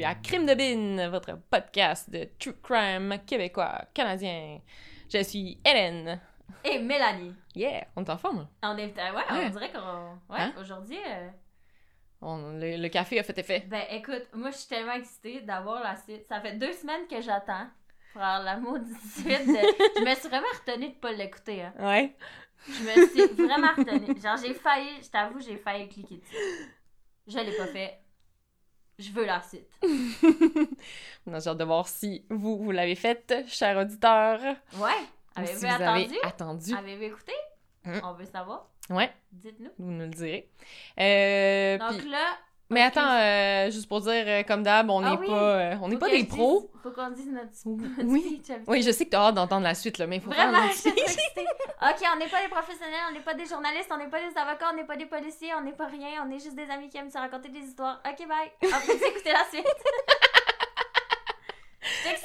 à Crime de Bin, votre podcast de true crime québécois, canadien. Je suis Hélène. Et Mélanie. Yeah, on est en forme. On est, on dirait qu'on... Ouais, Hein? Aujourd'hui... Le café a fait effet. Ben, écoute, moi, je suis tellement excitée d'avoir la suite. Ça fait 2 semaines que j'attends pour avoir la maudite suite. Je me suis vraiment retenue de pas l'écouter, hein. Ouais. Je me suis vraiment retenue. Genre, j'ai failli, je t'avoue, j'ai failli cliquer dessus. Je l'ai pas fait. Je veux la suite. On a hâte de voir si vous l'avez faite, chers auditeurs. Ouais. Ou Avez-vous si vous attendu? avez attendu. Avez-vous écouté? On veut savoir. Ouais, Dites-nous. vous nous le direz. Donc Puis- là... Mais attends, juste pour dire, comme d'hab, on n'est oui. pas des pros. Faut qu'on dise notre Oui. speech. Oui, je sais que t'as hâte d'entendre la suite, là, mais il faut Vraiment, faire je suis notre trop speech. excitée. Ok, on n'est pas des professionnels, on n'est pas des journalistes, on n'est pas des avocats, on n'est pas des policiers, on n'est pas rien, on est juste des amis qui aiment se raconter des histoires. Ok, bye. On peut écouter la suite. Je suis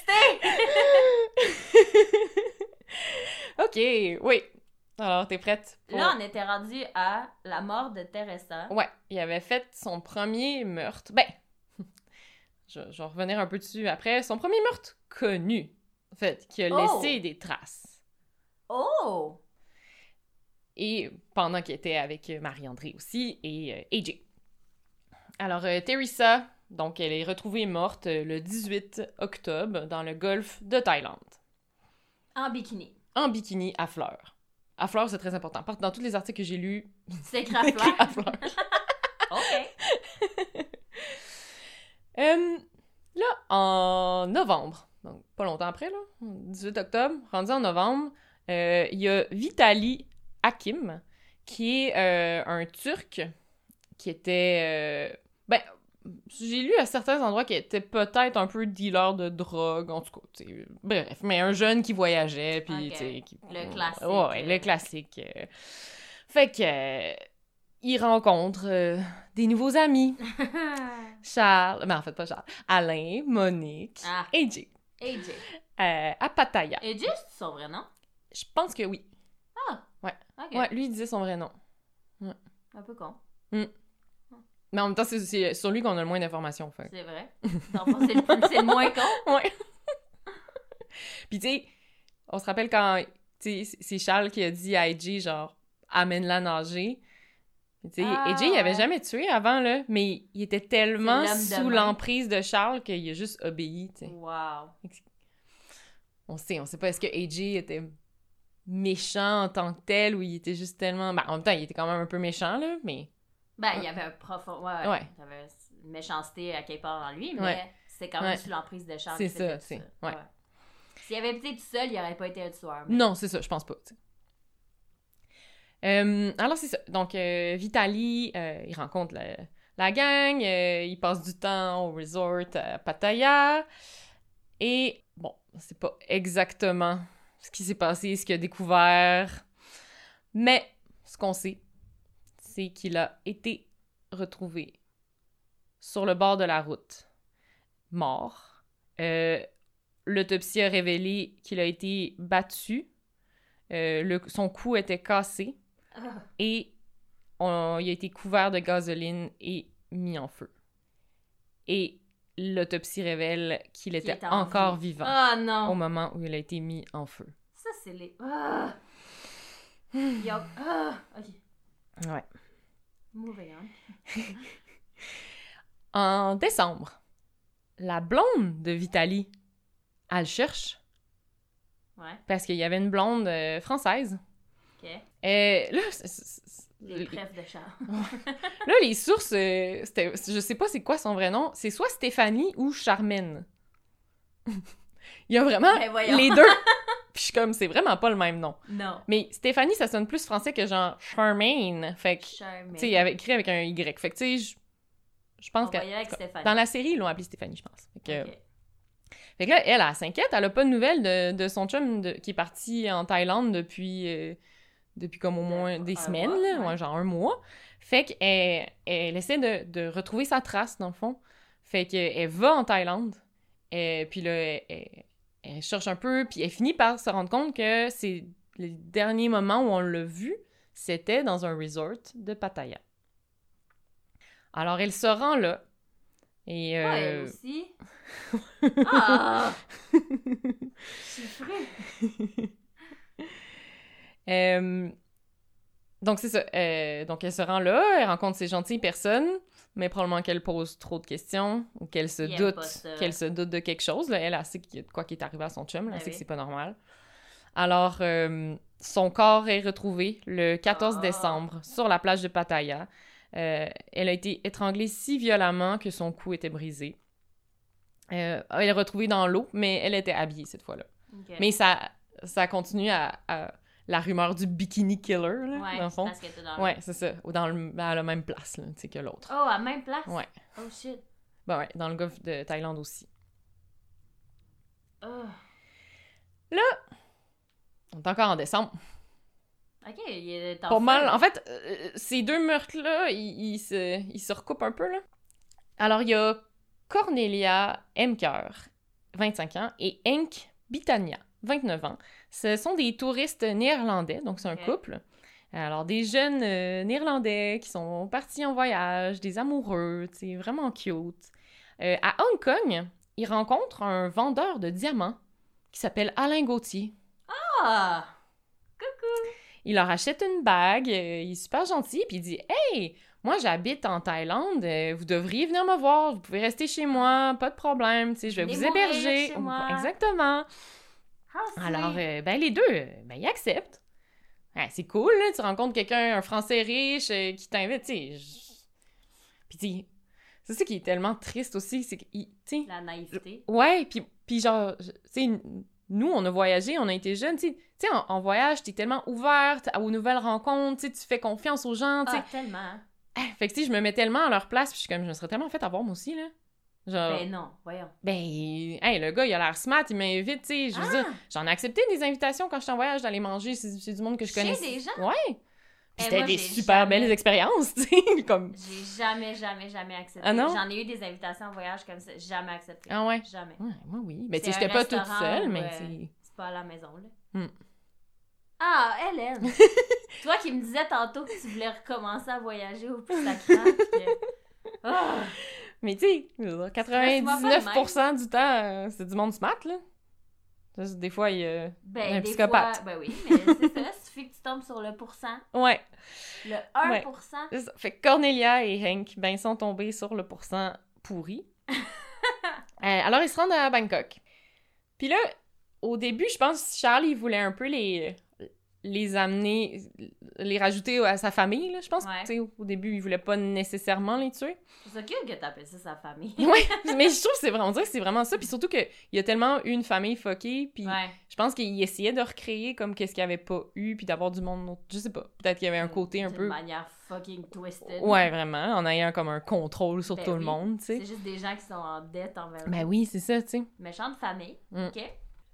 excitée. OK, oui. Alors, t'es prête? Là, on était rendu à la mort de Teresa. Ouais, il avait fait son premier meurtre. Ben, je vais revenir un peu dessus après. Son premier meurtre connu, en fait, qui a laissé des traces. Oh! Et pendant qu'il était avec Marie-André aussi et AJ. Alors, Teresa, donc, elle est retrouvée morte le 18 octobre dans le golfe de Thaïlande. En bikini. En bikini à fleurs. À fleurs, c'est très important. Dans tous les articles que j'ai lus, C'est écrit c'est écrit à à fleurs. Ok. Là, en novembre, donc pas longtemps après, là, 18 octobre, rendu en novembre, il y a Vitali Hakim, qui est un Turc qui était... ben, j'ai lu à certains endroits qu'il était peut-être un peu dealer de drogue, en tout cas, tu sais, bref, mais un jeune qui voyageait, puis, Ok. tu sais... Le classique. Ouais, le classique. Fait que... il rencontre des nouveaux amis. Charles, mais en fait pas Charles, Alain, Monique, Ah. et Jay, AJ. à Pattaya. AJ, c'est son vrai nom? Je pense que oui. Ok. Ouais, lui il disait son vrai nom. Un peu con. Mais en même temps, c'est sur lui qu'on a le moins d'informations. Fait. C'est vrai. Dans le fond, c'est le moins con. Ouais. Puis tu sais, on se rappelle quand, tu sais, c'est Charles qui a dit à AJ, genre, amène-la nager. Tu sais, AJ, il avait ouais. jamais tué avant, là, mais il était tellement C'est l'homme de sous main. l'emprise de Charles qu'il a juste obéi, tu sais. Wow. On sait pas, est-ce que AJ était méchant en tant que tel ou il était juste tellement... Ben, en même temps, il était quand même un peu méchant, là, mais... Ben, il y avait un profond... Ouais. Ouais. Il y avait une méchanceté à quelque part en lui, mais Ouais. c'est quand même Ouais. sous l'emprise de Charles. C'est qui faisait ça, tout c'est... Ouais. S'il avait été tout seul, il aurait pas été un tueur. mais- Non, c'est ça, je pense pas, tu sais. Alors, c'est ça. Donc, Vitali, il rencontre la gang, il passe du temps au resort à Pattaya, et, bon, c'est pas exactement ce qui s'est passé, ce qu'il a découvert, mais ce qu'on sait, c'est qu'il a été retrouvé sur le bord de la route, mort. L'autopsie a révélé qu'il a été battu, son cou était cassé, Ah. et il a été couvert de gasoline et mis en feu. Et l'autopsie révèle qu'il était était en encore vie. vivant Ah au non! moment où il a été mis en feu. Ça, c'est les... Ah! Ok. Ouais. Moving on. En décembre, la blonde de Vitali, elle le cherche Ouais. parce qu'il y avait une blonde française. Ok. Là, Les preuves de Charles. là, les sources, c'était, je sais pas c'est quoi son vrai nom, c'est soit Stéphanie ou Charmaine. Il y a vraiment Ben voyons. les deux. Puis je suis comme, c'est vraiment pas le même nom. Non. Mais Stéphanie, ça sonne plus français que genre Charmaine. Fait que, Charmaine. tu sais, il avait écrit avec un Y. Fait que, tu sais, je pense On que... va y aller avec Stéphanie. Dans la série, ils l'ont appelée Stéphanie, je pense. Fait que, Ok. fait que là, elle s'inquiète. Elle a pas de nouvelles de son chum qui est parti en Thaïlande depuis comme au moins des un semaines, mois, là, ouais. ouais, genre un mois. Fait qu'elle essaie de retrouver sa trace, dans le fond. Fait qu'elle va en Thaïlande. Puis là, elle cherche un peu, puis elle finit par se rendre compte que c'est les derniers moments où on l'a vu, c'était dans un resort de Pattaya. Alors, elle se rend là. Et, Pas elle aussi. Ah! Chiffré. Donc, c'est ça. Donc, elle se rend là, elle rencontre ces gentilles personnes, mais probablement qu'elle pose trop de questions ou qu'elle se Ils aiment pas ça. de quelque chose. Là. Elle sait qu'il y a de quoi qui est arrivé à son chum. Là. Elle Ben sait oui. que c'est pas normal. Alors, son corps est retrouvé le 14 décembre sur la plage de Pattaya. Elle a été étranglée si violemment que son cou était brisé. Elle est retrouvée dans l'eau, mais elle était habillée cette fois-là. Ok. Mais ça continue à la rumeur du bikini killer, là, Ouais, dans le fond. parce qu'elle était dans Ouais, c'est ça. Ou à la même place, là, tu sais, que l'autre. Oh, à même place? Ouais. Oh, shit. Ben ouais, dans le golfe de Thaïlande aussi. Oh. On est encore en décembre. Ok, il est en Pas feu. mal. En fait, ces deux meurtres-là, ils se recoupent un peu, là. Alors, il y a Cornelia Emker, 25 ans, et Henk Bitania, 29 ans. Ce sont des touristes néerlandais, donc c'est un Ok. couple. Alors, des jeunes néerlandais qui sont partis en voyage, des amoureux, c'est vraiment cute. À Hong Kong, ils rencontrent un vendeur de diamants qui s'appelle Alain Gauthier. Ah! Il leur achète une bague, il est super gentil, puis il dit « Hey, moi j'habite en Thaïlande, vous devriez venir me voir, vous pouvez rester chez moi, pas de problème, tu sais, je vais Venez vous mourir héberger. chez moi. » Exactement. Ah, sweet. Alors, ben les deux, ben ils acceptent. Ouais, c'est cool, là, tu rencontres quelqu'un, un Français riche, qui t'invite, tu sais. Puis, tu sais, c'est ça qui est tellement triste aussi, c'est que, tu sais... La naïveté. Ouais, puis genre, tu sais, nous, on a voyagé, on a été jeunes, tu sais, en voyage, t'es tellement ouverte aux nouvelles rencontres, tu sais, tu fais confiance aux gens, tu sais. Ah, tellement. Fait que, tu sais, je me mets tellement à leur place, puis je suis comme, je me serais tellement fait avoir, moi aussi, là. Genre, Ben non, voyons. hey, le gars, il a l'air smart, il m'invite, tu sais, je veux dire, j'en ai accepté des invitations quand j'étais en voyage d'aller manger, c'est du monde que je Chez connais. des gens? Ouais! Puis Eh, c'était moi, des j'ai super jamais- belles expériences, tu sais, comme... J'ai jamais accepté. Ah non? J'en ai eu des invitations en voyage comme ça, jamais accepté. Ah ouais? Jamais. Ouais, moi, oui. Mais tu sais, C'est j'étais un pas toute restaurant seule, où, mais tu sais... C'est pas à la maison, là. Hmm. Ah, Hélène! Toi qui me disais tantôt que tu voulais recommencer à voyager au plus sacrant, pis que... Ah! Mais tu sais, je veux dire, 99% du temps, c'est du monde smart, là. Juste, des fois, il y a Ben, un des psychopathe. fois... Ben oui, mais c'est ça, il suffit que tu tombes sur le pourcent. Ouais, Le 1%. Ouais. c'est ça. Fait que Cornelia et Hank, ben, ils sont tombés sur le pourcent pourri. Alors, ils se rendent à Bangkok. Puis là, au début, je pense que Charlie voulait un peu les amener, les rajouter à sa famille, là, je pense. Ouais. Tu sais, au début, il voulait pas nécessairement les tuer. C'est ça cute que t'appelles ça sa famille. Ouais, mais je trouve que c'est vraiment, on dirait que c'est vraiment ça. Puis surtout qu'il y a tellement une famille fuckée, puis Ouais. je pense qu'il essayait de recréer comme qu'est-ce qu'il n'y avait pas eu, puis d'avoir du monde autre. Je sais pas. Peut-être qu'il y avait un côté un D'une peu. manière fucking twisted. Ouais, vraiment, en ayant comme un contrôle sur Ben tout le oui. monde, tu sais. C'est juste des gens qui sont en dette envers Ben eux. oui, c'est ça, tu sais. Méchante famille. Mm. OK.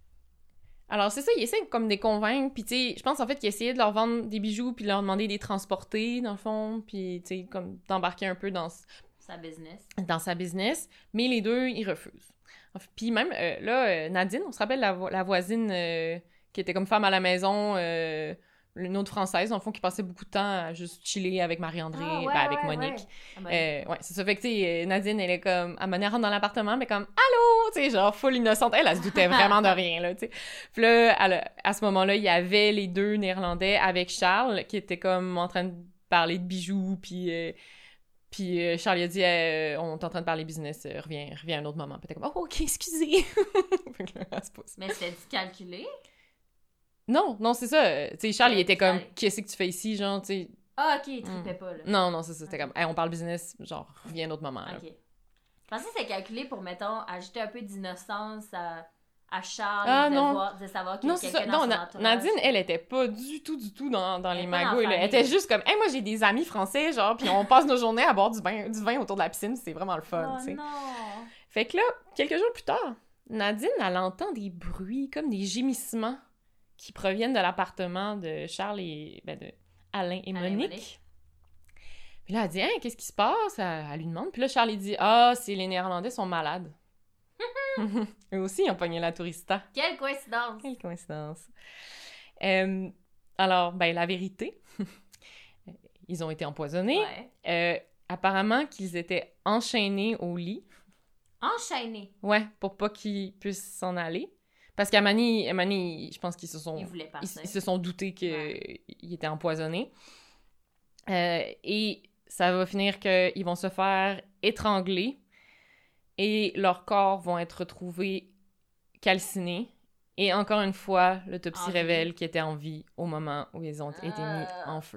Alors, c'est ça, il essaie comme de les convaincre, puis tu sais, je pense en fait qu'il essayait de leur vendre des bijoux, puis de leur demander de les transporter, dans le fond, puis tu sais, comme d'embarquer un peu dans Sa business. sa business, mais les deux, ils refusent. Puis même, là, Nadine, on se rappelle la voisine qui était comme femme à la maison, une autre française, dans le fond, qui passait beaucoup de temps à juste chiller avec Marie-André, Ah, ouais, ben, avec ouais, Monique. ouais. Ah, ben, Ouais, c'est ça. Fait que, tu sais, Nadine, elle est comme... Elle rentre dans l'appartement, mais comme « Allô! » Tu sais, genre, full innocente. Elle se doutait vraiment de rien, là, tu sais. Puis là, à ce moment-là, il y avait les deux Néerlandais avec Charles, qui étaient comme en train de parler de bijoux, puis Charles il a dit on est en train de parler business, reviens à un autre moment. Puis t'es comme « Oh, OK, excusez! » Fait que là, elle se pousse. Mais c'était calculé. Non, c'est ça. Tu sais, Charles, il était comme Ouais. « Qu'est-ce que tu fais ici? » Genre, tu sais... Ah, OK, il trippait pas, là. Non, c'est ça. C'était comme « Hey, on parle business, genre, reviens à un autre moment. » là. OK. Je pensais que c'était calculé pour, mettons, ajouter un peu d'innocence à Charles, Ah, de, non. de savoir qu'il y Non, a c'est quelqu'un ça. dans Non, son entourage. Nadine, elle était pas du tout dans Elle les était pas dans magouilles. la Là. Elle famille. était juste comme, hey, moi, j'ai des amis français, genre, puis on passe nos journées à boire du vin autour de la piscine, c'est vraiment le fun, Oh tu sais. non! Fait que là, quelques jours plus tard, Nadine, elle entend des bruits, comme des gémissements, qui proviennent de l'appartement de Charles et, de Alain et Alain et Monique. Monique. Puis là, elle dit, hein, qu'est-ce qui se passe? Elle lui demande. Puis là, Charles, il dit, ah, c'est les Néerlandais sont malades. Eux aussi, ils ont pogné la tourista. Quelle coïncidence! Quelle coïncidence. Alors, ben, la vérité, ils ont été empoisonnés. Ouais. Apparemment qu'ils étaient enchaînés au lit. Enchaîné. Ouais, pour pas qu'ils puissent s'en aller. Parce qu'à Mani, je pense qu'ils se sont... Ils voulaient partir. Ils se sont doutés qu'ils étaient empoisonnés. Et ça va finir qu'ils vont se faire étrangler et leurs corps vont être retrouvés calcinés. Et encore une fois, l'autopsie révèle qu'ils étaient en vie au moment où ils ont été mis en feu.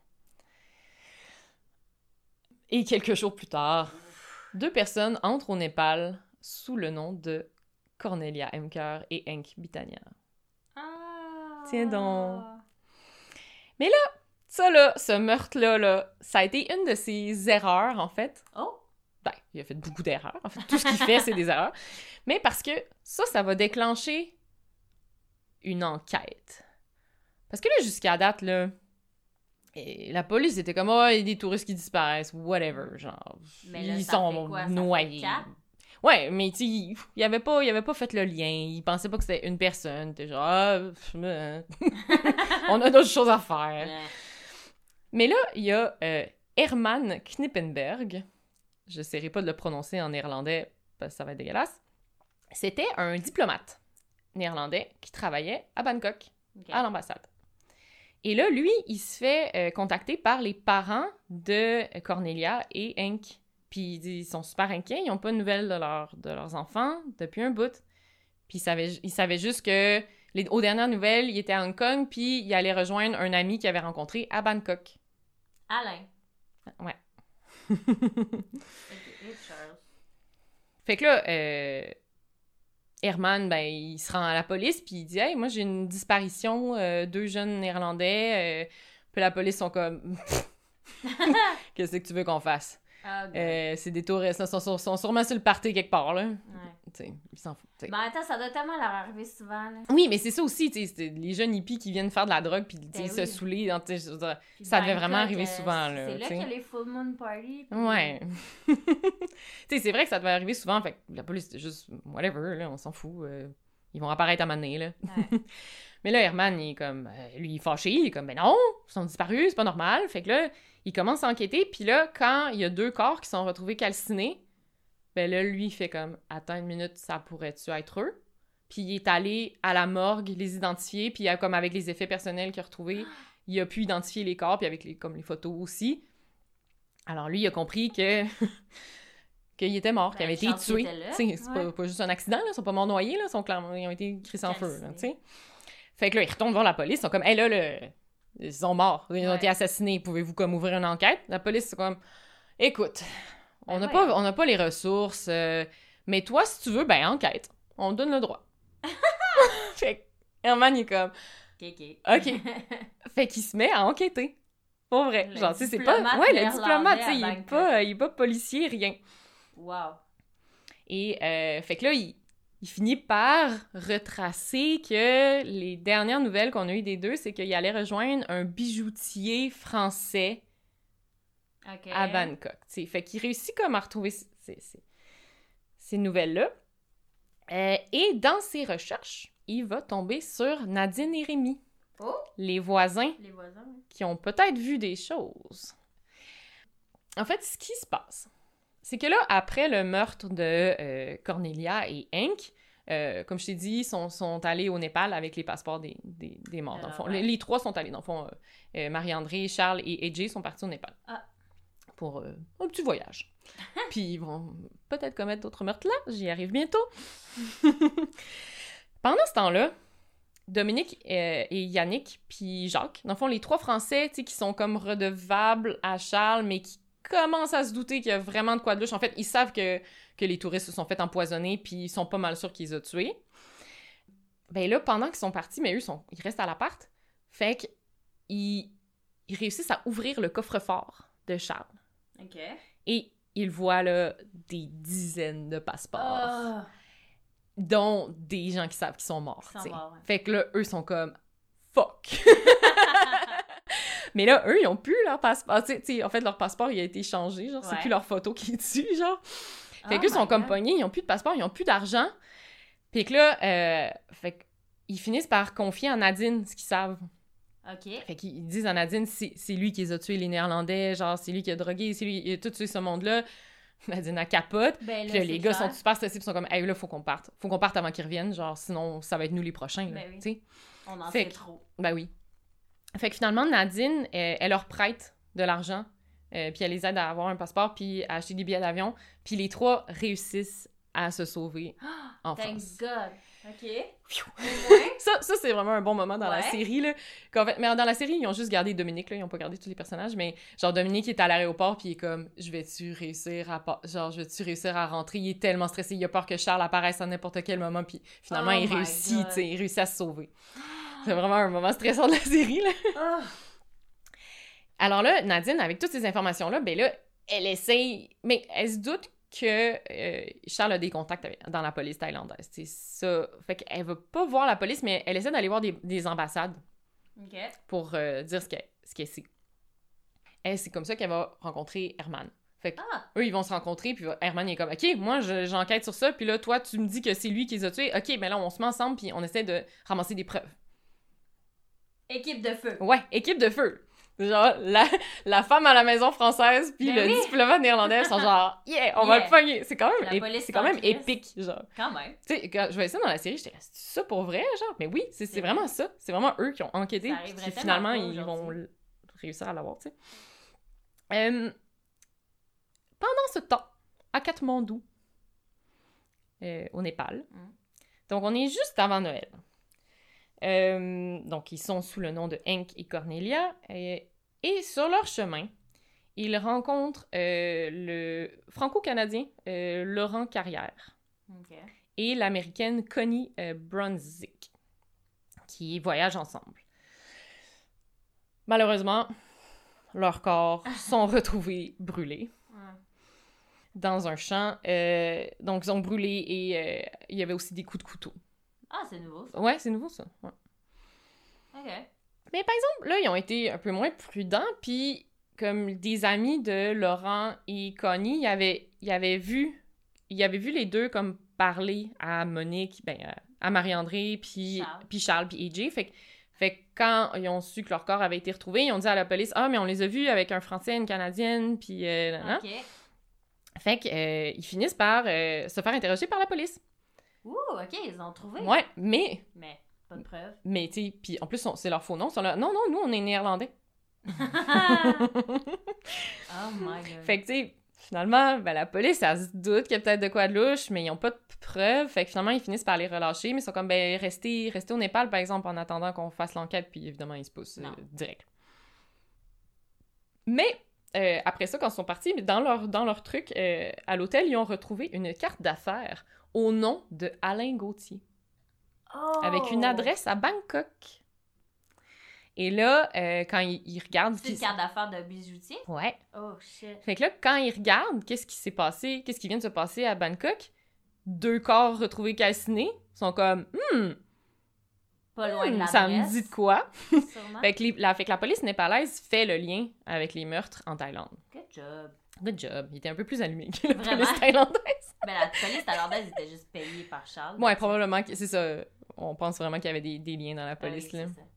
Et quelques jours plus tard, 2 personnes entrent au Népal sous le nom de Cornelia Emker et Henk Bitania. Tiens donc. Mais là, ce meurtre-là, ça a été une de ses erreurs, en fait. Oh! Ben, il a fait beaucoup d'erreurs. En fait, tout ce qu'il fait, c'est des erreurs. Mais parce que ça va déclencher une enquête. Parce que là, jusqu'à date, là, la police était comme, il y a des touristes qui disparaissent, whatever, genre, Mais là, ils ça sont fait quoi? noyés. Ça fait 4? Ouais, mais tu il avait pas fait le lien, il pensait pas que c'était une personne, t'es genre, on a d'autres choses à faire. Mais là, il y a Herman Knippenberg, j'essaierai pas de le prononcer en néerlandais parce que ça va être dégueulasse. C'était un diplomate néerlandais qui travaillait à Bangkok, à l'ambassade. Et là, lui, il se fait contacter par les parents de Cornelia et Henk. Puis ils sont super inquiets, ils n'ont pas de nouvelles de leurs enfants depuis un bout. Puis ils savaient juste que, aux dernières nouvelles, il était à Hong Kong, puis il allait rejoindre un ami qu'il avait rencontré à Bangkok. Alain. Ouais. Okay, Charles. Fait que là, Herman, ben, il se rend à la police, puis il dit « Hey, moi, j'ai une disparition, 2 jeunes Néerlandais. Puis la police sont comme « Qu'est-ce que tu veux qu'on fasse? » c'est des touristes, sont sûrement sur le party quelque part, là. Ouais. Tu sais, ils s'en foutent. T'sais. Ben attends, ça doit tellement leur arriver souvent, là. Oui, mais c'est ça aussi, tu sais, les jeunes hippies qui viennent faire de la drogue puis se saouler, ça devait vraiment arriver souvent, là. C'est là qu'il y a les full moon party. Puis... Ouais. Tu sais, c'est vrai que ça devait arriver souvent, fait que la police, c'était juste, whatever, là, on s'en fout. Ils vont apparaître à maner, là. Ouais. Mais là, Herman, il est comme, lui, il est fâché, il est comme, ben non, ils sont disparus, c'est pas normal. Fait que là, il commence à enquêter, puis là, quand il y a 2 corps qui sont retrouvés calcinés, ben là, lui, il fait comme, attends une minute, ça pourrait-tu être eux? Puis il est allé à la morgue les identifier, puis comme avec les effets personnels qu'il a retrouvés, il a pu identifier les corps, puis avec les photos aussi. Alors lui, il a compris que qu'il était mort, qu'il avait été tué. C'est pas juste un accident, là, ils sont pas morts noyés, là, ils ont été crissés en feu, tu sais. Fait que là, ils retournent voir la police, ils sont comme, hey là, ils sont morts, ils ont été assassinés, pouvez-vous comme ouvrir une enquête? La police, c'est comme, écoute, on n'a pas les ressources, mais toi, si tu veux, ben enquête, on te donne le droit. Fait que Herman, il est comme, OK. Fait qu'il se met à enquêter. Pour vrai. Genre, tu sais, c'est pas... Ouais, le diplomate, tu sais, il est pas policier, rien. Wow. Et fait que là, il finit par retracer que les dernières nouvelles qu'on a eues des 2, c'est qu'il allait rejoindre un bijoutier français à Bangkok. T'sais. Fait qu'il réussit comme à retrouver ces nouvelles-là. Et dans ses recherches, il va tomber sur Nadine et Rémi. Oh! Les voisins qui ont peut-être vu des choses. En fait, ce qui se passe, c'est que là, après le meurtre de Cornelia et Henk, comme je t'ai dit, sont allés au Népal avec les passeports des morts. Dans le fond. Les 3 sont allés. Dans le fond, Marie-André, Charles et AJ sont partis au Népal. Pour un petit voyage. Puis ils vont peut-être commettre d'autres meurtres là. J'y arrive bientôt. Pendant ce temps-là, Dominique et Yannick puis Jacques, dans le fond, les 3 Français, tu sais, qui sont comme redevables à Charles, mais qui commencent à se douter qu'il y a vraiment de quoi de louche. En fait, ils savent que les touristes se sont fait empoisonner, puis ils sont pas mal sûrs qu'ils les ont tués. Ben là, pendant qu'ils sont partis, mais eux, ils restent à l'appart, fait qu'ils réussissent à ouvrir le coffre-fort de Charles. OK. Et ils voient, là, des dizaines de passeports. Dont des gens qui savent qu'ils sont morts, tu sais. Fait que là, eux sont comme « fuck! » Mais là, eux, ils ont plus leur passeport. En fait, leur passeport, il a été changé, genre, c'est plus leur photo qui est dessus, genre. Fait qu'eux sont comme pognés, ils ont plus de passeport, ils ont plus d'argent. Puis que là, fait qu'ils finissent par confier à Nadine ce qu'ils savent. OK. Fait qu'ils disent à Nadine, c'est lui qui les a tués, les Néerlandais, genre, c'est lui qui a drogué, c'est lui, il a tout tué ce monde-là. Nadine, elle capote. Ben Puis là, là, les c'est gars clair. sont super stressés, puis sont comme, hey, là, faut qu'on parte. Faut qu'on parte avant qu'ils reviennent, genre, sinon, ça va être nous les prochains, là, Ben oui. tu sais. On en Fait sait que- trop. Ben oui. Fait que finalement, Nadine, elle leur prête de l'argent, puis elle les aide à avoir un passeport, puis à acheter des billets d'avion, puis les trois réussissent à se sauver en Thank France. God. OK. Pfiou. Au moins. Ça, c'est vraiment un bon moment dans la Ouais. série, là. Qu'en fait, mais dans la série, ils ont juste gardé Dominique, là. Ils ont pas gardé tous les personnages, mais genre, Dominique est à l'aéroport, puis il est comme, je vais-tu réussir à rentrer? Il est tellement stressé, il a peur que Charles apparaisse à n'importe quel moment, puis finalement, Oh il my réussit, God. tu sais, il réussit à se sauver. C'est vraiment un moment stressant de la série, là. Oh. Alors là, Nadine, avec toutes ces informations-là, ben là, elle essaye, mais elle se doute que Charles a des contacts dans la police thaïlandaise, c'est ça. Fait qu'elle va pas voir la police, mais elle essaie d'aller voir des ambassades OK. pour dire ce qu'elle sait. Et c'est comme ça qu'elle va rencontrer Herman. Fait que Ah. eux, ils vont se rencontrer, puis Herman, il est comme, OK, moi, j'enquête sur ça, puis là, toi, tu me dis que c'est lui qui les a tués. OK, mais là, on se met ensemble, puis on essaie de ramasser des preuves. Équipe de feu. Ouais, équipe de feu. Genre, la femme à la maison française, puis Ben le oui. diplomate néerlandais sont genre, yeah, on va Yeah. le pogner. C'est quand même, La police c'est quand même s'en crisse. épique, genre. Quand même. Tu sais, quand je voyais ça dans la série, j'étais là, c'est ça pour vrai, genre? Mais oui, c'est C'est vraiment vrai. ça. C'est vraiment eux qui ont enquêté, Ça puis arriverait qui, tellement finalement, pas ils vont aujourd'hui. réussir à l'avoir, tu sais. Pendant ce temps, à Katmandou, au Népal, donc on est juste avant Noël. Donc, ils sont sous le nom de Hank et Cornelia, et sur leur chemin, ils rencontrent le franco-canadien Laurent Carrière OK. et l'américaine Connie Brunswick, qui voyagent ensemble. Malheureusement, leurs corps sont retrouvés brûlés dans un champ. Donc, ils ont brûlé et il y avait aussi des coups de couteau. Ah, c'est nouveau, ça. Ouais, c'est nouveau, ça. Ouais. OK. Mais par exemple, là, ils ont été un peu moins prudents, puis comme des amis de Laurent et Connie, ils avaient vu les deux comme parler à Monique, à Marie-André, puis Charles, puis AJ. Fait que quand ils ont su que leur corps avait été retrouvé, ils ont dit à la police « Ah, mais on les a vus avec un Français, une Canadienne, puis... nanana. OK. Fait que ils finissent par se faire interroger par la police. Ouh, OK, ils ont trouvé. Ouais, mais Pas de preuve. tu sais, puis en plus, c'est leur faux nom. Ils sont là « Non, nous, on est néerlandais. » Oh my God. Fait que, tu sais, finalement, la police, elle se doute qu'il y a peut-être de quoi de louche, mais ils n'ont pas de preuves. Fait que finalement, ils finissent par les relâcher, mais ils sont comme, restez au Népal, par exemple, en attendant qu'on fasse l'enquête, puis évidemment, ils se poussent direct. Mais, après ça, quand ils sont partis, dans leur truc, à l'hôtel, ils ont retrouvé une carte d'affaires au nom de Alain Gauthier, avec une adresse à Bangkok. Et là, quand ils regardent... C'est une carte d'affaires de bijoutier? Ouais. Oh, shit. Fait que là, quand ils regardent qu'est-ce qui vient de se passer à Bangkok, 2 corps retrouvés calcinés, sont comme Pas loin de l'adresse. ça me dit de quoi? Sûrement. Fait que la police népalaise fait le lien avec les meurtres en Thaïlande. Good job. Good job. Il était un peu plus allumé que la Vraiment? police thaïlandaise. Ben, la police thaïlandaise était juste payée par Charles. Ouais, probablement que c'est ça. On pense vraiment qu'il y avait des liens dans la Ah oui, police, c'est là. ça.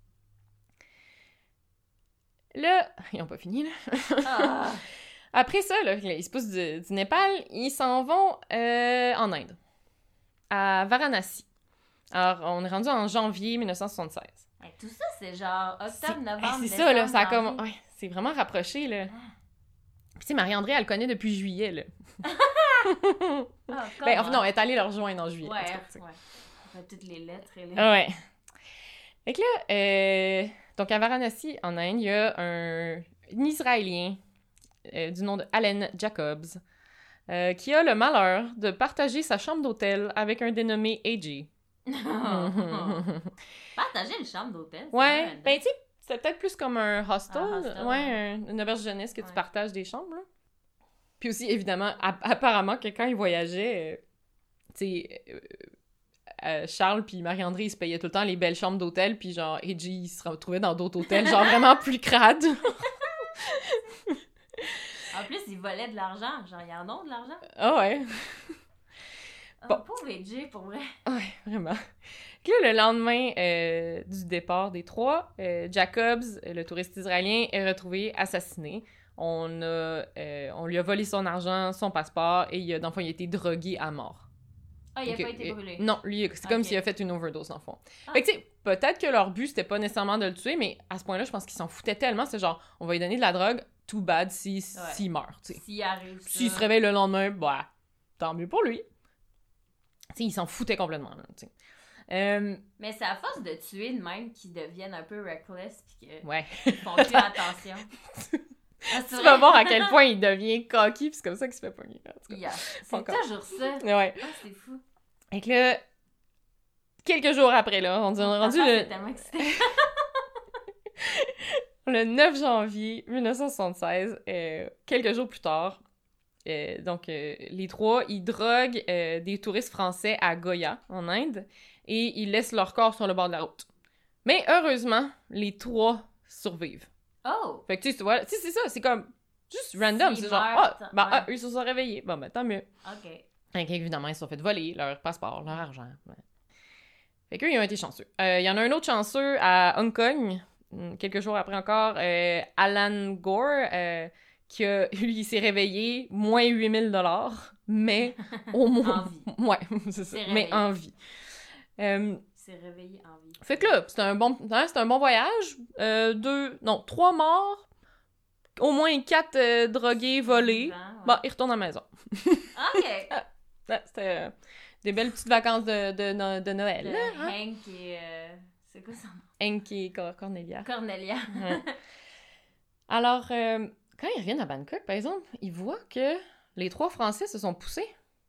Là, ils ont pas fini, là. Ah. Après ça, là, ils se poussent du Népal, ils s'en vont en Inde, à Varanasi. Alors, on est rendu en janvier 1976. Hey, tout ça, c'est genre octobre, novembre, C'est décembre, ça, là, ça a comme... janvier. Ouais, c'est vraiment rapproché, là. Puis tu sais, Marie-André, elle le connaît depuis juillet, là. Oh, Enfin, non, elle est allée leur rejoindre en juillet. en Ouais, tout cas, tu sais. ouais. On fait toutes les lettres et les... Ouais. Fait que là, donc à Varanasi, en Inde, il y a un Israélien du nom de Allen Jacobs qui a le malheur de partager sa chambre d'hôtel avec un dénommé AJ. Partager une chambre d'hôtel. c'est Ouais, vraiment ben tu sais, c'est peut-être plus comme un hostel, Un hostel, une auberge jeunesse que tu Ouais. partages des chambres, là. Puis aussi, évidemment, apparemment que quand ils voyageaient, tu sais, Charles puis Marie-André, ils se payaient tout le temps les belles chambres d'hôtel, puis genre, AJ, il se retrouvait dans d'autres hôtels, genre vraiment plus crades. En plus, ils volaient de l'argent. Genre, ils en ont de l'argent. Ah ouais. Oh, Bon. pauvre AJ, pour vrai. Ouais, vraiment. Puis là, le lendemain du départ des trois, Jacobs, le touriste israélien, est retrouvé assassiné. On lui a volé son argent, son passeport, et dans le fond, il a été drogué à mort. Ah, il a pas été brûlé. Non, lui, c'est comme s'il a fait une overdose, dans le fond. Fait que, tu sais, peut-être que leur but, c'était pas nécessairement de le tuer, mais à ce point-là, je pense qu'ils s'en foutaient tellement. C'est genre, on va lui donner de la drogue, too bad s'il meurt, tu sais. S'il arrive ça. S'il se réveille le lendemain, bah, tant mieux pour lui. Tu sais, ils s'en foutaient complètement, là, tu sais. Mais c'est à force de tuer de même qu'ils deviennent un peu reckless pis qu'ils font plus attention. Tu vas voir à quel point il devient cocky, pis c'est comme ça qu'il se fait pogner. C'est toujours ça. Ouais. Ah, c'est fou. Et que là, quelques jours après, là, on est rendu le... tellement excité. Le 9 janvier 1976, quelques jours plus tard, donc les trois, ils droguent des touristes français à Goya, en Inde, et ils laissent leur corps sur le bord de la route. Mais heureusement, les trois survivent. Oh! Fait que tu vois, c'est ça, c'est comme juste random, c'est genre, eux ils se sont réveillés, bon ben tant mieux. OK. Fait qu'évidemment, ils se sont fait voler leur passeport, leur argent. Ouais. Fait qu'eux, ils ont été chanceux. Il y en a un autre chanceux à Hong Kong, quelques jours après encore, Alan Gore, lui, il s'est réveillé, moins 8 000 $, mais au moins... En vie. Ouais, c'est ça, mais en vie. C'est réveillé en vie. Fait que là, c'était un bon voyage. 3 morts, au moins 4 drogués, volés. Bon, ils retournent à la maison. OK. C'était des belles petites vacances de Noël. Là, Hank et... c'est quoi son nom? Hank et Cornelia. Cornelia. Ouais. Alors, quand ils reviennent à Bangkok, par exemple, ils voient que les 3 Français se sont poussés.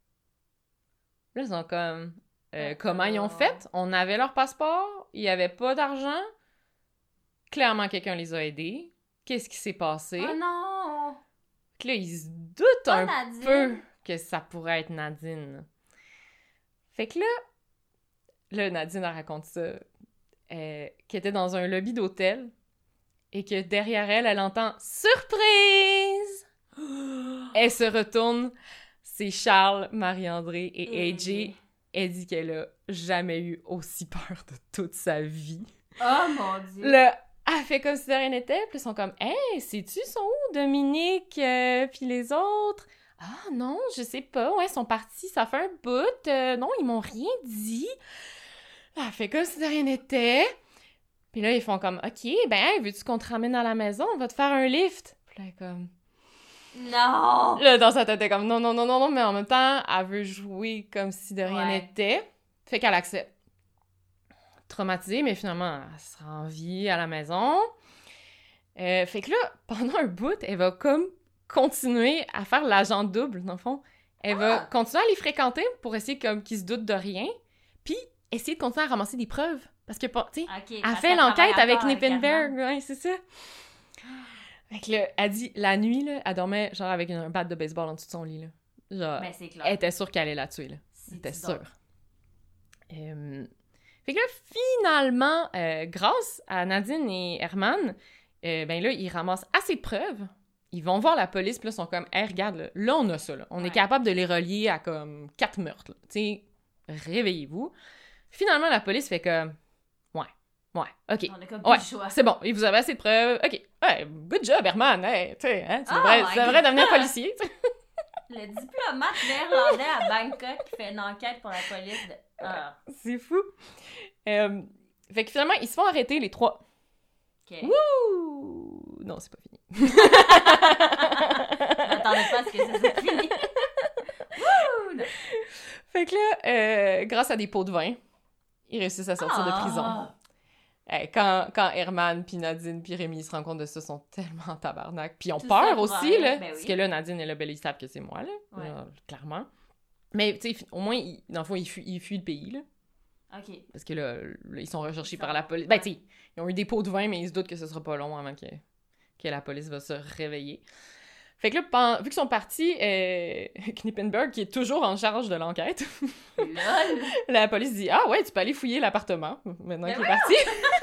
Là, ils sont comme... comment ils ont fait? On avait leur passeport, il n'y avait pas d'argent. Clairement, quelqu'un les a aidés. Qu'est-ce qui s'est passé? Oh non! Là, ils se doutent un peu que ça pourrait être Nadine. Fait que là Nadine, elle raconte ça, qu'elle était dans un lobby d'hôtel et que derrière elle, elle entend « Surprise! » Elle se retourne, c'est Charles, Marie-André et AJ. Elle dit qu'elle a jamais eu aussi peur de toute sa vie. Oh mon Dieu! Là, elle fait comme si de rien n'était, puis ils sont comme « Hey, sais-tu, sont où Dominique puis les autres? » Ah non, je sais pas, ouais, ils sont partis, ça fait un bout, non, ils m'ont rien dit. Là, elle fait comme si de rien n'était. Puis là, ils font comme « Ok, ben, hey, veux-tu qu'on te ramène à la maison? On va te faire un lift. » Puis là, comme... Non! Là, dans sa tête, elle est comme non, mais en même temps, elle veut jouer comme si de rien n'était. Fait qu'elle accepte. Traumatisée, mais finalement, elle se rend en vie à la maison. Fait que là, pendant un bout, elle va comme continuer à faire l'agent double, dans le fond. Elle va continuer à les fréquenter pour essayer comme qu'ils se doutent de rien, puis essayer de continuer à ramasser des preuves. Parce que, tu sais, elle fait l'enquête avec Knippenberg, ouais, c'est ça. Fait que là, elle dit, la nuit, là, elle dormait genre avec un bat de baseball en dessous de son lit, là. Genre, ben, c'est clair. Elle était sûre qu'elle allait la tuer, là. Elle était sûre. Fait que là, finalement, grâce à Nadine et Herman, ben là, ils ramassent assez de preuves. Ils vont voir la police, puis là, ils sont comme, hey, regarde, là, on a ça, là. On est capable de les relier à comme 4 meurtres, là. Tu sais, réveillez-vous. Finalement, la police fait comme, ouais, OK. On a comme plus le choix. C'est bon, et vous avez assez de preuves. OK, ouais, good job, Herman. Hey, tu sais, hein, tu devrais devenir policier, tu sais. Le diplomate néerlandais à Bangkok qui fait une enquête pour la police de... C'est fou. Fait que finalement, ils se font arrêter, les 3. OK. Wouh! Non, c'est pas fini. Attendez pas à ce que ça soit fini. Wouh! Fait que là, grâce à des pots de vin, ils réussissent à sortir de prison. Quand Herman, puis Nadine, puis Rémi se rendent compte de ça, ils sont tellement en tabarnak. Puis ils ont peur aussi, là. Ben oui. Parce que là, Nadine et là, ils savent que c'est moi, là. Clairement. Mais, tu sais, au moins, dans le fond, ils fuient le pays, là. OK. Parce que là ils sont recherchés par la police. Ben, tu sais, ils ont eu des pots de vin, mais ils se doutent que ce sera pas long avant que la police va se réveiller. Fait que là, vu qu'ils sont partis, Knippenberg, qui est toujours en charge de l'enquête, la police dit « Ah ouais, tu peux aller fouiller l'appartement, maintenant qu'il est parti. »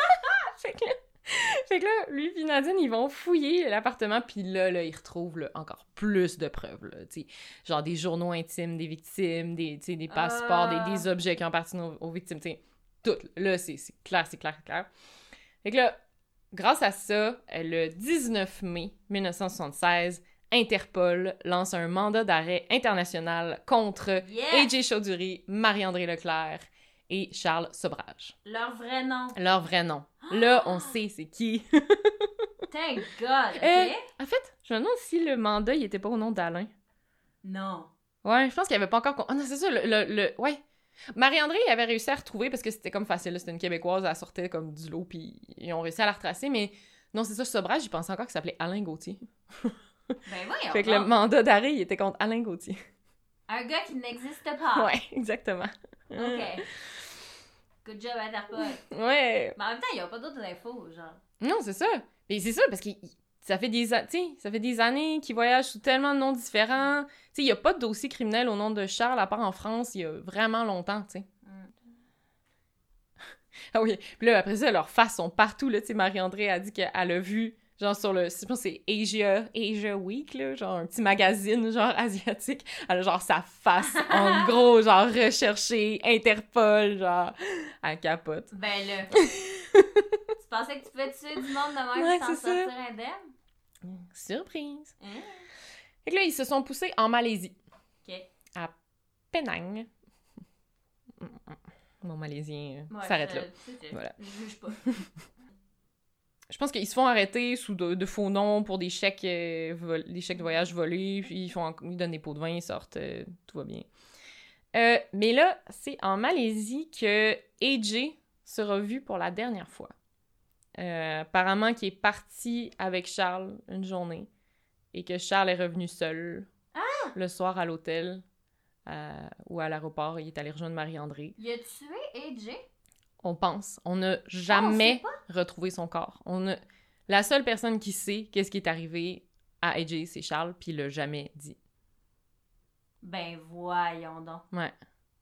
Fait que là, lui et Nadine, ils vont fouiller l'appartement, puis là, ils retrouvent là, encore plus de preuves, là, tu sais, genre des journaux intimes des victimes, des passeports, des objets qui ont appartenu aux victimes, tu sais. tout. Là, c'est clair, c'est clair, c'est clair. Fait que là, grâce à ça, le 19 mai 1976, Interpol lance un mandat d'arrêt international contre A.J. Chaudury, Marie-André Leclerc et Charles Sobrage. Leur vrai nom. Leur vrai nom. Là, on sait c'est qui. Thank God, OK? En fait, je me demande si le mandat, il était pas au nom d'Alain. Non. Ouais, je pense qu'il avait pas encore... Oh non, c'est ça, ouais. Marie-André avait réussi à retrouver parce que c'était comme facile, là, c'était une Québécoise, elle sortait comme du lot, puis ils ont réussi à la retracer, mais non, c'est ça, Sobrage, j'y pensais encore qu'il s'appelait Alain Gauthier. Ben voyons. Fait que le mandat d'arrêt, il était contre Alain Gauthier. Un gars qui n'existe pas. Ouais, exactement. OK. Good job, Interpol. Ouais. Mais en même temps, il n'y a pas d'autres infos, genre. Non, c'est ça. Mais c'est ça, parce que ça fait des années qu'ils voyagent sous tellement de noms différents. Tu sais, il n'y a pas de dossier criminel au nom de Charles, à part en France, il y a vraiment longtemps, tu sais. Ah oui, puis là, après ça, leurs faces sont partout, là, tu sais, Marie-André a dit qu'elle a vu, genre, sur le, je pense que c'est Asia Week, là, genre, un petit magazine, genre, asiatique, elle a, genre, sa face, en gros, genre, recherché, Interpol, genre, elle capote. Ben là, tu pensais que tu pouvais tuer du monde de même Ouais, sans c'est ça. sortir indemne? Surprise! Hein? Fait que là, ils se sont poussés en Malaisie. OK. À Penang. Mon malaisien Ouais, s'arrête là. C'est Voilà. Je juge pas. Je pense qu'ils se font arrêter sous de faux noms pour des chèques, des chèques de voyage volés, puis ils donnent des pots de vin, ils sortent, tout va bien. Mais là, c'est en Malaisie que AJ sera vu pour la dernière fois. Apparemment qu'il est parti avec Charles une journée et que Charles est revenu seul le soir à l'hôtel ou à l'aéroport. Il est allé rejoindre Marie-André. Il a tué AJ? On pense. On n'a jamais retrouvé son corps. La seule personne qui sait qu'est-ce qui est arrivé à AJ, c'est Charles, puis il l'a jamais dit. Ben voyons donc. Ouais.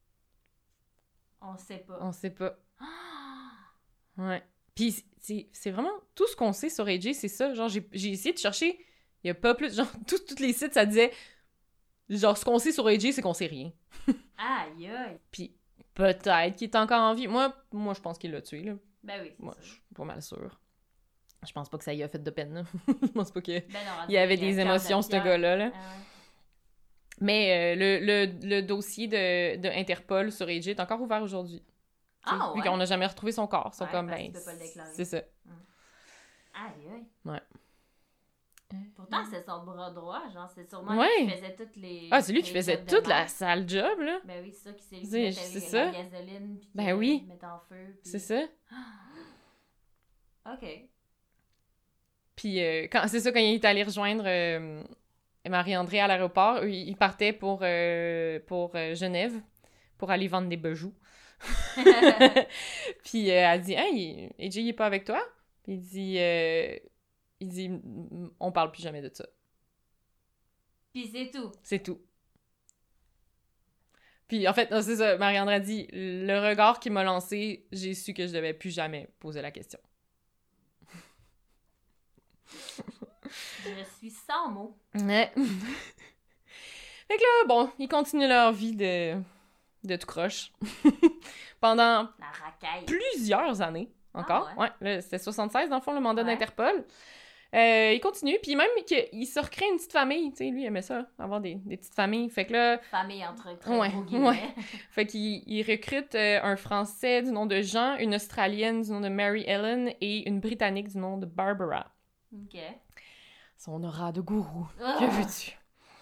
On sait pas. On sait pas. Ouais. Puis c'est vraiment... Tout ce qu'on sait sur AJ, c'est ça. Genre, j'ai essayé de chercher, il y a pas plus... Genre, tous les sites, ça disait... Genre, ce qu'on sait sur AJ, c'est qu'on sait rien. Aïe, aïe. Puis peut-être qu'il est encore en vie. Moi je pense qu'il l'a tué, là. Ben oui, Moi, c'est je ça. suis pas mal sûre. Je pense pas que ça y a fait de peine, là. Je pense pas que... Ben non, Il y avait des émotions, ce gars-là. Là. Ah ouais. Mais le dossier de Interpol sur AJ est encore ouvert aujourd'hui. Ah, Vu ouais. qu'on n'a jamais retrouvé son corps. Ils sont Ouais, comme, parce ben, qu'il peut pas le déclarer. c'est ça. Aïe, aïe. Ouais. Pourtant, c'est son bras droit, genre, c'est sûrement Ouais. lui qui faisait toutes les... Ah, c'est lui qui les faisait jobs de toute la merde. sale job, là. Ben oui, c'est ça qui s'est C'est mis ça. la gasoline, puis Ben oui. mettre en feu. Puis... C'est ça. OK. Puis c'est ça, quand il est allé rejoindre Marie-André à l'aéroport, il partait pour Genève pour aller vendre des bijoux. Puis elle dit « Hey, AJ, il est pas avec toi? » Puis il dit « On parle plus jamais de ça. » Puis c'est tout. C'est tout. Puis en fait, non, c'est ça, Marie-André a dit « Le regard qu'il m'a lancé, j'ai su que je devais plus jamais poser la question. » Je suis sans mots. Ouais. Fait que là, bon, ils continuent leur vie de tout croche. Pendant La racaille. plusieurs années, encore. Ah ouais? Là, c'était 76, dans le fond, le mandat Ouais. d'Interpol. Il continue, puis même qu'il se recrée une petite famille. Tu sais, lui, il aimait ça, avoir des petites familles. Fait que là, Famille entre très Ouais, gros guillemets. fait qu'il recrute un Français du nom de Jean, une Australienne du nom de Mary Ellen et une Britannique du nom de Barbara. OK. Son aura de gourou. Ah! Que veux-tu?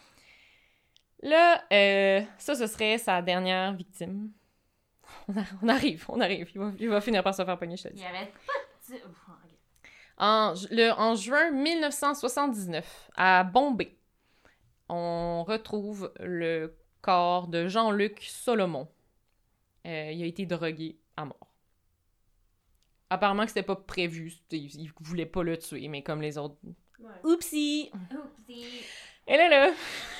Là, ça, ce serait sa dernière victime. On arrive. Il va finir par se faire pogner, je te dis. Il arrête pas de... Ouf, ok. En juin 1979, à Bombay, on retrouve le corps de Jean-Luc Solomon. Il a été drogué à mort. Apparemment que c'était pas prévu. Il voulait pas le tuer, mais comme les autres... Ouais. Oupsie! Oupsie. Et là,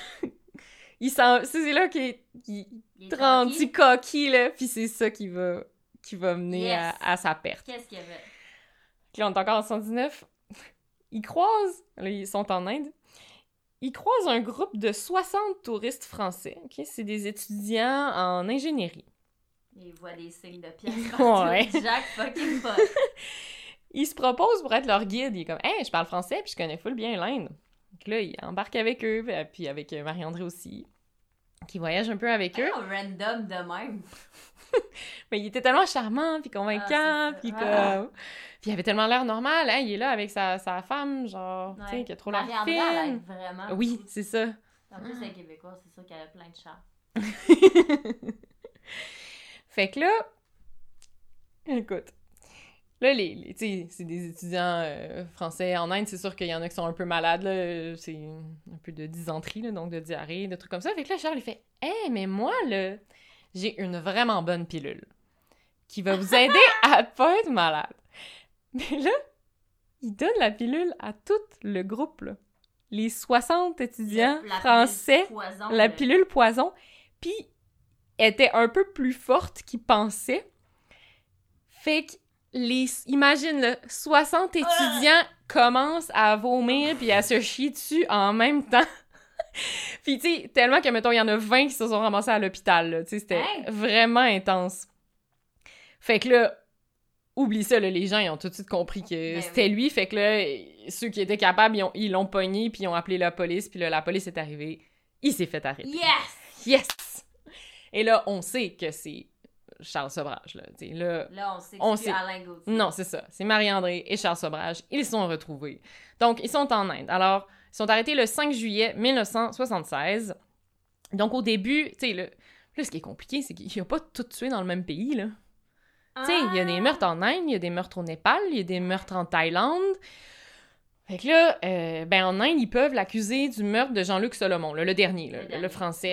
c'est là qu'il Il est est rendu coquille, là, puis c'est ça qui va mener Yes. à sa perte. Qu'est-ce qu'il y avait? Puis là, on est encore en 79. Ils croisent, là, ils sont en Inde, ils croisent un groupe de 60 touristes français. Okay? C'est des étudiants en ingénierie. Il voit des signes de pièces Ouais. partout. Jack fucking fuck. Il se propose pour être leur guide. Il est comme « Hey, je parle français puis je connais full bien l'Inde. » Donc là, il embarque avec eux, puis avec Marie-André aussi, qui voyage un peu avec eux. Oh, random de même. Mais il était tellement charmant, puis convaincant, puis comme... Puis il avait tellement l'air normal, hein, il est là avec sa femme, genre, tu sais, qui a trop l'air Marie-André, elle a fine. vraiment... Oui, cool. c'est ça. En plus, elle est québécoise, c'est sûr qu'elle a plein de charme. Fait que là, écoute, là, tu sais, c'est des étudiants français en Inde, c'est sûr qu'il y en a qui sont un peu malades, là, c'est un peu de dysenterie, là, donc de diarrhée, de trucs comme ça. Fait que là, Charles, il fait « Hey, mais moi, là, j'ai une vraiment bonne pilule qui va vous aider à pas être malade. » Mais là, il donne la pilule à tout le groupe, là. Les 60 étudiants français, la pilule poison, puis était un peu plus forte qu'ils pensaient. Fait que imagine, là, 60 étudiants commencent à vomir puis à se chier dessus en même temps. Puis tu sais, tellement que, mettons, il y en a 20 qui se sont ramassés à l'hôpital, là. Tu sais, c'était vraiment intense. Fait que là, oublie ça, là, les gens, ils ont tout de suite compris que c'était lui. Fait que là, ceux qui étaient capables, ils l'ont pogné, puis ils ont appelé la police, puis là, la police est arrivée. Il s'est fait arrêter. Yes! Yes! Et là, on sait que c'est Charles Sobrage, là. T'sais, là, on sait que c'est Alain Gauthier. Non, c'est ça. C'est Marie-André et Charles Sobrage. Ils sont retrouvés. Donc, ils sont en Inde. Alors, ils sont arrêtés le 5 juillet 1976. Donc, au début, tu sais, là, ce qui est compliqué, c'est qu'il n'y a pas tout tué dans le même pays, là. Tu sais, il y a des meurtres en Inde, il y a des meurtres au Népal, il y a des meurtres en Thaïlande. Fait que là, ben en Inde, ils peuvent l'accuser du meurtre de Jean-Luc Solomon, là, le dernier, là, le français.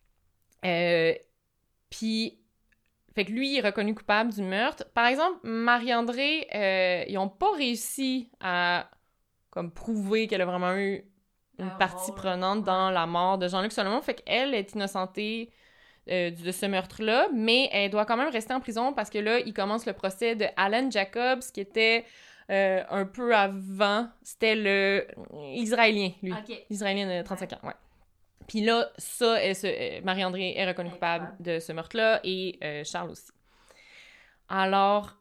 Puis, fait que lui, il est reconnu coupable du meurtre. Par exemple, Marie-André, ils n'ont pas réussi à comme prouver qu'elle a vraiment eu une partie prenante dans la mort de Jean-Luc Solomon. Fait qu'elle est innocentée de ce meurtre-là, mais elle doit quand même rester en prison parce que là, il commence le procès de Alan Jacobs, qui était un peu avant. C'était le Israélien, lui. Okay. L'Israélien de 35 ans, ouais. Puis là, ça, Marie-André est reconnue coupable de ce meurtre-là et Charles aussi. Alors,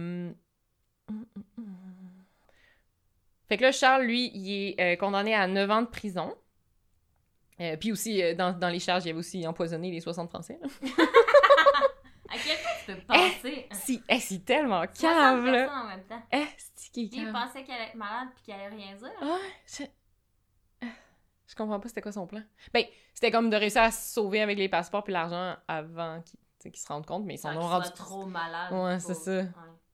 fait que là, Charles, lui, il est condamné à 9 ans de prison. Puis aussi, dans les charges, il avait aussi empoisonné les 60 Français. À quel point tu peux penser? C'est tellement cave, là. En même temps. C'est qui est cave. Il pensait qu'elle allait être malade puis qu'elle allait rien dire. Je comprends pas c'était quoi son plan. Ben, c'était comme de réussir à se sauver avec les passeports puis l'argent avant qu'ils se rendent compte, mais ils s'en ont rendu... trop malade. Ouais, c'est ça.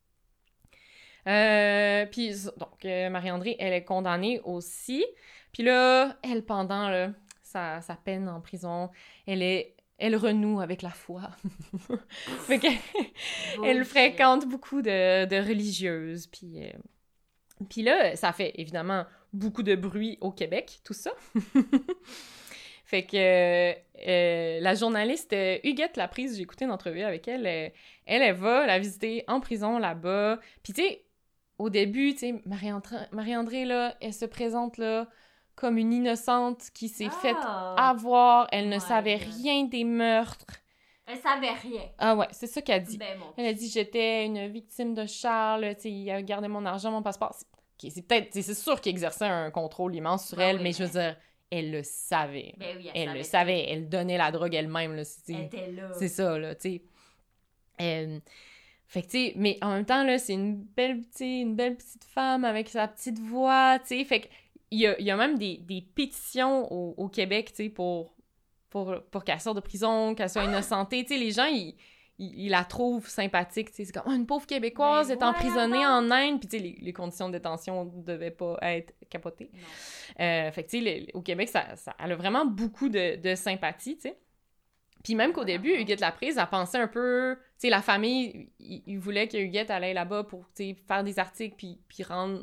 Puis, donc, Marie-André, elle est condamnée aussi. Puis là, elle, pendant là, sa peine en prison, elle renoue avec la foi. Fait qu'elle fréquente beaucoup de religieuses. Puis là, ça fait évidemment beaucoup de bruit au Québec, tout ça. Fait que la journaliste Huguette Laprise, j'ai écouté une entrevue avec elle, elle va la visiter en prison là-bas. Puis tu sais, au début, tu sais, Marie-André, là, elle se présente là comme une innocente qui s'est faite avoir. Elle ne savait rien des meurtres. Elle savait rien. Ah ouais, c'est ça qu'elle dit. Ben, elle a dit, j'étais une victime de Charles, tu sais, il a gardé mon argent, mon passeport. C'est sûr qu'il exerçait un contrôle immense sur elle, mais je veux dire, elle le savait. Ben oui, elle le savait. Elle donnait la drogue elle-même, là. Elle était là. C'est ça, là, tu sais. Fait que, tu sais, mais en même temps, là, c'est une belle petite femme avec sa petite voix, tu sais. Fait que, il y a même des pétitions au Québec, tu sais, pour qu'elle sorte de prison, qu'elle soit innocentée. Tu sais, les gens, ils la trouvent sympathique, tu sais. C'est comme, une pauvre Québécoise est emprisonnée en Inde. Puis, tu sais, les conditions de détention devaient pas être capotées. Fait que, tu sais, au Québec, elle a vraiment beaucoup de sympathie, tu sais. Puis même qu'au début, Huguette Laprise, elle pensait un peu... Tu sais, la famille, ils voulaient que Huguette allait là-bas pour, tu sais, faire des articles puis rendre...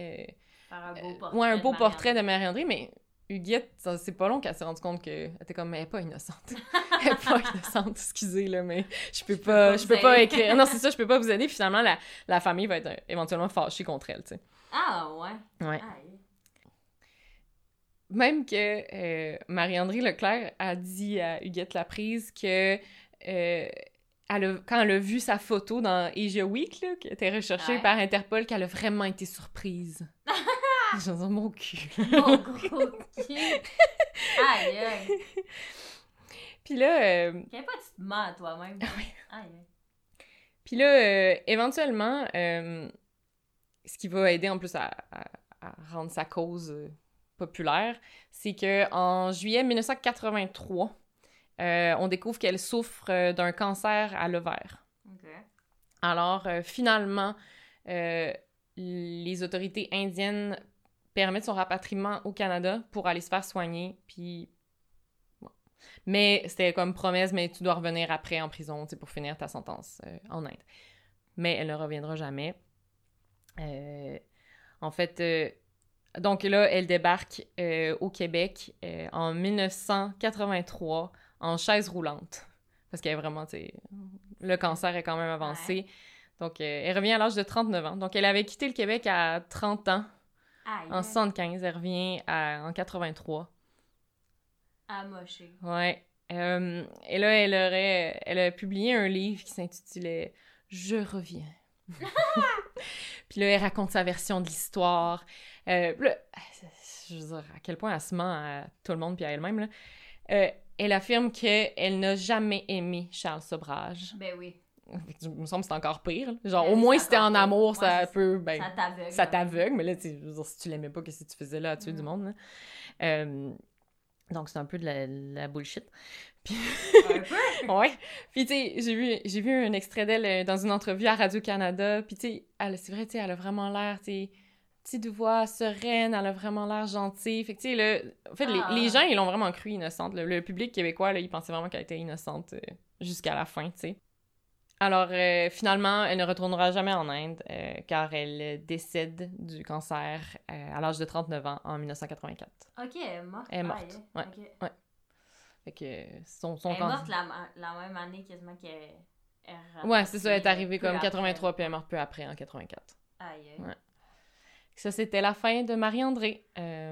un beau portrait de Marie-André, mais Huguette, c'est pas long qu'elle s'est rendue compte qu'elle était comme, elle est pas innocente. Elle est pas innocente, excusez, là, mais je peux pas écrire... Non, c'est ça, je peux pas vous aider. Puis finalement, la famille va être éventuellement fâchée contre elle, tu sais. Ah, ouais? Ouais. Même que Marie-André Leclerc a dit à Huguette Laprise que quand elle a vu sa photo dans Asia Week, là, qui a été recherchée par Interpol, qu'elle a vraiment été surprise. Je veux dire, mon cul. Mon gros cul. Aïe, aïe. Puis là... Quel pas tu te mens à toi-même. Oui. Aïe, aïe. Puis là, éventuellement, ce qui va aider en plus à rendre sa cause populaire, c'est que en juillet 1983, on découvre qu'elle souffre d'un cancer à l'ovaire. OK. Alors, finalement, les autorités indiennes permettent son rapatriement au Canada pour aller se faire soigner, puis... Bon. Mais c'était comme promesse, mais tu dois revenir après en prison, tu sais, pour finir ta sentence en Inde. Mais elle ne reviendra jamais. En fait, donc là, elle débarque au Québec en 1983 en chaise roulante. Parce qu'elle est vraiment, tu sais, le cancer est quand même avancé. Ouais. Donc, elle revient à l'âge de 39 ans. Donc, elle avait quitté le Québec à 30 ans. Aïe. En 75, elle revient en 83. Amoché. Ouais. Et là, elle a publié un livre qui s'intitulait « Je reviens ». Puis là, elle raconte sa version de l'histoire. Là, je veux dire, à quel point elle se ment à tout le monde puis à elle-même, là. Elle affirme qu'elle n'a jamais aimé Charles Sobrage. Ben oui. Il me semble que c'est encore pire. Genre, au moins, si t'es en amour, ouais, ça peut... Ben, ça t'aveugle. Mais là, je veux dire, si tu l'aimais pas, qu'est-ce que tu faisais là à tuer du monde, là? Donc, c'est un peu de la bullshit. Puis... Un peu? Ouais. Puis, tu sais, j'ai vu un extrait d'elle dans une entrevue à Radio-Canada. Puis, tu sais, c'est vrai, tu sais, elle a vraiment l'air, tu sais, petite voix sereine, elle a vraiment l'air gentille. Fait que, tu sais, là, en fait, les gens, ils l'ont vraiment cru innocente. Le public québécois, là, il pensait vraiment qu'elle était innocente jusqu'à la fin, tu sais. Alors, finalement, elle ne retournera jamais en Inde, car elle décède du cancer à l'âge de 39 ans en 1984. OK, elle est morte. Elle est morte, ouais. Okay. Ouais. Fait que son elle est cancer... morte la même année quasiment qu'elle... Ouais, c'est ça, elle est arrivée comme 83, puis elle est morte peu après, en 84. Aïe. Ouais. Ça, c'était la fin de Marie-André.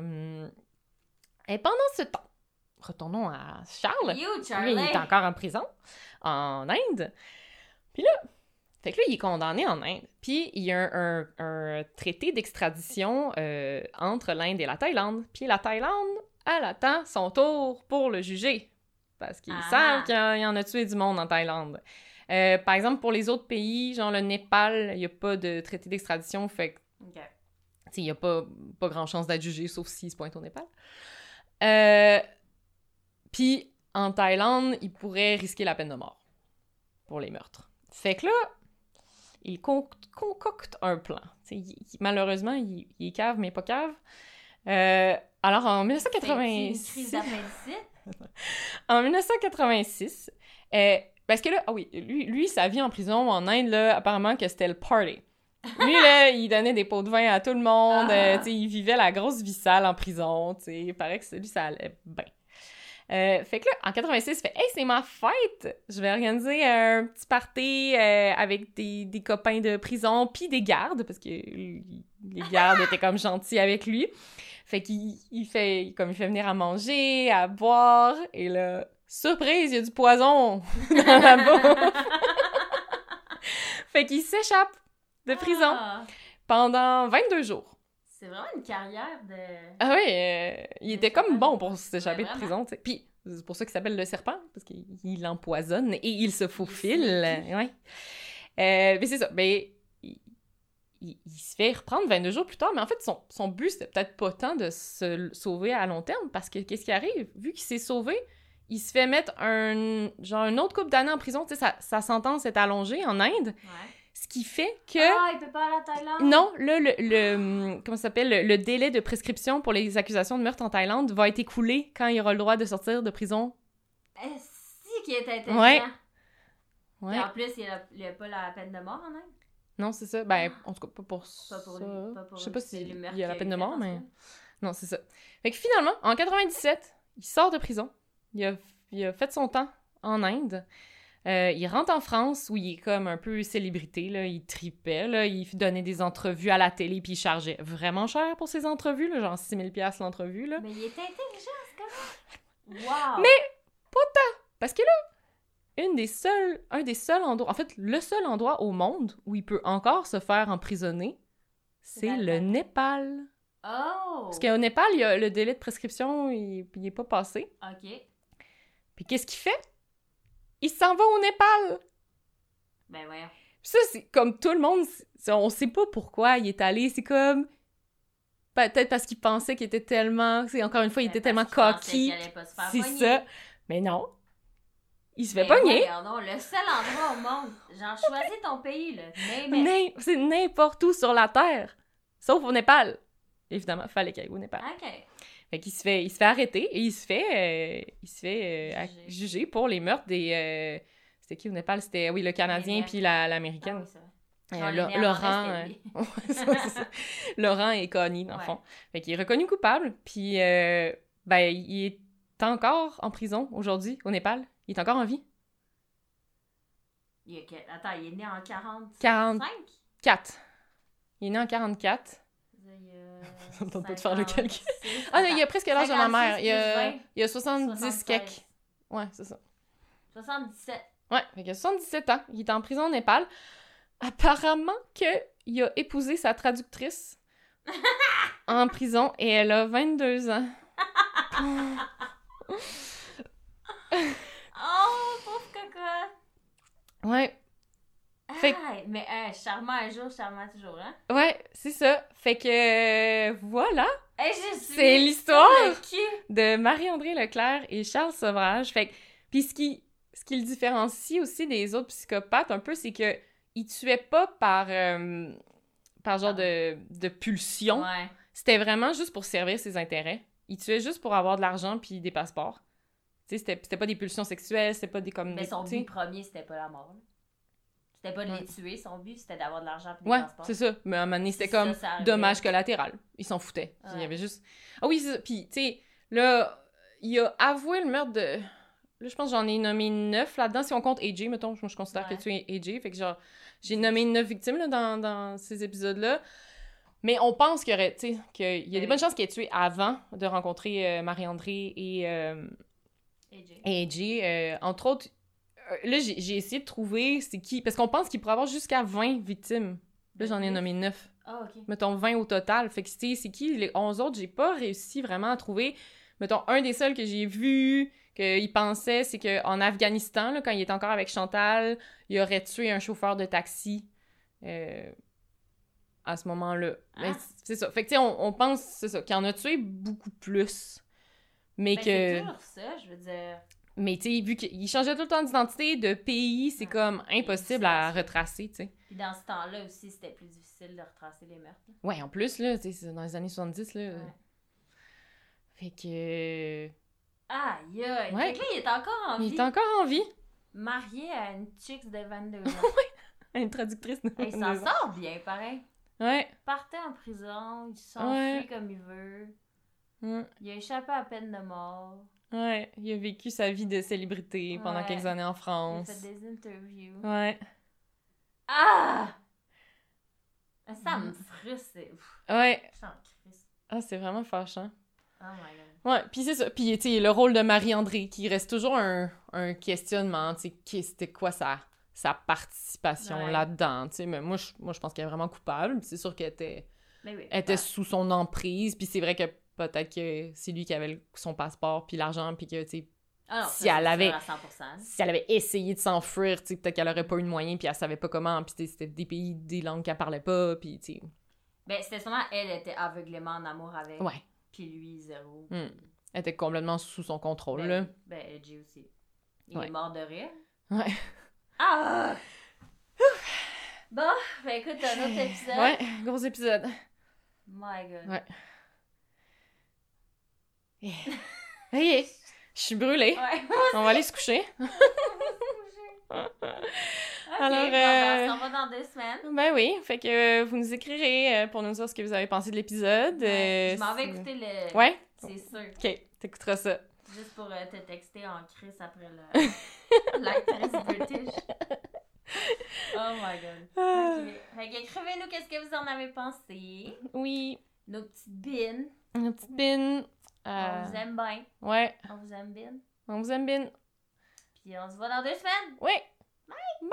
Et pendant ce temps, retournons à Charles. Charlie! Lui, il est encore en prison, en Inde. Puis là, fait que là, il est condamné en Inde. Puis il y a un traité d'extradition entre l'Inde et la Thaïlande. Puis la Thaïlande, elle attend son tour pour le juger. Parce qu'ils savent qu'il y en a tué du monde en Thaïlande. Par exemple, pour les autres pays, genre le Népal, il n'y a pas de traité d'extradition. Fait que, il n'y a pas grand chance d'être jugé, sauf s'il se pointe au Népal. Puis en Thaïlande, il pourrait risquer la peine de mort pour les meurtres. Fait que là, il concocte un plan. Malheureusement, il est cave, mais pas cave. Alors, en 1986... C'est une crise d'appendicite? En 1986, parce que là, lui, sa vie en prison en Inde, là, apparemment que c'était le party. Lui, là, il donnait des pots de vin à tout le monde, il vivait la grosse vie sale en prison, il paraît que lui, ça allait bien. Fait que là, en 86, il fait « Hey, c'est ma fête! Je vais organiser un petit party avec des copains de prison, puis des gardes, parce que les gardes étaient comme gentils avec lui. » Fait qu'il fait venir à manger, à boire, et là, surprise, il y a du poison dans la bouffe! Fait qu'il s'échappe de prison pendant 22 jours. C'est vraiment une carrière de... Ah oui, il était comme bon pour s'échapper de prison, tu sais. Puis c'est pour ça qu'il s'appelle le serpent, parce qu'il empoisonne et il se faufile. Ouais. Mais c'est ça, il se fait reprendre 22 jours plus tard, mais en fait, son but, c'était peut-être pas tant de se sauver à long terme, parce que qu'est-ce qui arrive? Vu qu'il s'est sauvé, il se fait mettre un autre couple d'années en prison, tu sais, sa sentence est allongée en Inde. Ouais. Ce qui fait que... il peut pas aller en Thaïlande? Non, là, comment ça s'appelle? Le délai de prescription pour les accusations de meurtre en Thaïlande va être écoulé quand il aura le droit de sortir de prison. Si, qui est intelligent! Ouais. Et en plus, il n'y a pas la peine de mort en Inde? Non, c'est ça. Ben, en tout cas, pas pour ça. Pas pour lui. Pas pour je sais pas s'il il y a la peine de mort, mais... Non, c'est ça. Fait que finalement, en 97, il sort de prison. Il a fait son temps en Inde. Il rentre en France où il est comme un peu célébrité, là. Il tripait, là. Il donnait des entrevues à la télé, puis il chargeait vraiment cher pour ses entrevues, là, genre 6 000 $ l'entrevue, là. Mais il était intelligent, c'est comme... Wow! Mais pas tant! Parce que là, un des seuls endroits, en fait, le seul endroit au monde où il peut encore se faire emprisonner, c'est le Népal. Oh! Parce qu'au Népal, il y a le délai de prescription, il est pas passé. OK. Puis qu'est-ce qu'il fait? Il s'en va au Népal! Ben voyons. Puis ça, c'est comme tout le monde, on sait pas pourquoi il est allé, c'est comme... Peut-être parce qu'il pensait qu'il était tellement... Encore une fois, il était tellement cocky. C'est ça. Mais non. Il se fait pogner. Non, le seul endroit au monde. Genre, choisis ton pays, là. C'est n'importe où sur la Terre. Sauf au Népal. Évidemment, fallait qu'il aille au Népal. OK. Fait qu'il se fait arrêter et il se fait juger pour les meurtres des... c'était qui au Népal? C'était, oui, le Canadien puis l'Américaine. Ah, oui, Laurent, Laurent et Connie, dans le fond. Fait qu'il est reconnu coupable, puis il est encore en prison aujourd'hui, au Népal. Il est encore en vie. Attends, il est né en 44. Il est né en 44. On tente pas de faire le calcul. Ah non, il a presque l'âge de ma mère. Il a 70 quelques. Ouais, c'est ça. 77. Ouais, fait qu'il a 77 ans. Il est en prison au Népal. Apparemment qu'il a épousé sa traductrice en prison et elle a 22 ans. Oh, pauvre cocotte! Ouais. Fait mais charmant un jour, charmant toujours, hein? Ouais, c'est ça. Fait que voilà. C'est l'histoire de Marie-André Leclerc et Charles Sauvrage. Fait que, puis ce qui le différencie aussi des autres psychopathes un peu, c'est que il tuait pas par genre de pulsion. Ouais. C'était vraiment juste pour servir ses intérêts. Il tuait juste pour avoir de l'argent puis des passeports. Tu sais, c'était pas des pulsions sexuelles, c'était pas des comme... Mais son but premier, c'était pas la mort. C'était pas de les tuer, son but, c'était d'avoir de l'argent puis des passeports. Ouais, c'est ça. Mais à un moment donné, c'était comme dommage collatéral. Il s'en foutait. Ouais. Il y avait juste... Ah oui, c'est ça. Puis, tu sais, là, il a avoué le meurtre de... Là, je pense que j'en ai nommé 9 là-dedans. Si on compte AJ, mettons, je considère que tu es AJ. Fait que genre, j'ai nommé 9 victimes là, dans ces épisodes-là. Mais on pense qu'il y aurait, tu sais, qu'il y a des bonnes chances qu'il ait tué avant de rencontrer Marie-André et AJ. Entre autres, là, j'ai essayé de trouver c'est qui. Parce qu'on pense qu'il pourrait avoir jusqu'à 20 victimes. Là, j'en ai nommé 9. Ah, OK. Mettons 20 au total. Fait que, tu sais, c'est qui? Les 11 autres, j'ai pas réussi vraiment à trouver. Mettons, un des seuls que j'ai vu... qu'il pensait, c'est qu'en Afghanistan, là, quand il était encore avec Chantal, il aurait tué un chauffeur de taxi à ce moment-là. Mais c'est ça. Fait que, tu sais, on pense, c'est ça, qu'il en a tué beaucoup plus. Mais que... c'est toujours ça, je veux dire. Mais, tu sais, vu qu'il changeait tout le temps d'identité, de pays, c'est comme impossible à retracer, tu sais. Puis dans ce temps-là aussi, c'était plus difficile de retracer les meurtres. Ouais, en plus, là, tu sais, c'est dans les années 70, là. Ouais. Fait que... Aïe! Ouais. Fait que là, il est encore en vie. Il est encore en vie. Marié à une chicks de 22 ans. Une traductrice de Il s'en sort bien, pareil. Ouais. Il partait en prison, il s'enfuit comme il veut. Il a échappé à la peine de mort. Ouais, il a vécu sa vie de célébrité pendant quelques années en France. Il a fait des interviews. Ouais. Ah! Ça me frustre. Ouais. J'en crisse. Ah, c'est vraiment fâchant. Oh my god. Ouais, puis c'est ça. Puis, tu sais, le rôle de Marie-André, qui reste toujours un questionnement, tu sais, c'était quoi sa participation là-dedans, tu sais. Mais moi, je pense qu'elle est vraiment coupable. Puis c'est sûr qu'elle était sous son emprise. Puis c'est vrai que peut-être que c'est lui qui avait son passeport puis l'argent, puis que, tu sais, si elle avait essayé de s'enfuir, tu sais, peut-être qu'elle aurait pas eu de moyens, puis elle savait pas comment, puis c'était des pays, des langues qu'elle parlait pas, puis, tu sais... Ben, c'était sûrement elle était aveuglément en amour avec. Ouais. Puis lui, zéro. Elle était complètement sous son contrôle, ben, là. Ben, Edgy aussi. Il est mort de rire. Ouais. Ah! Bon, ben écoute, un autre épisode. Ouais, gros épisode. My God. Ouais. Hey, je suis brûlée. Ouais. On va aller se coucher. Okay, Alors, ben, on s'en va dans 2 semaines. Ben oui, fait que vous nous écrirez pour nous dire ce que vous avez pensé de l'épisode. Ouais, je m'en vais écouter le... Ouais? C'est sûr. OK, t'écouteras ça. Juste pour te texter en crise après l'actrice british. Oh my God. OK. Fait qu'écrivez-nous qu'est-ce que vous en avez pensé. Oui. Nos petites bines. Nos petites bines. On vous aime bien. Ouais. On vous aime bien. On vous aime bien. Puis on se voit dans 2 semaines. Oui! Bye!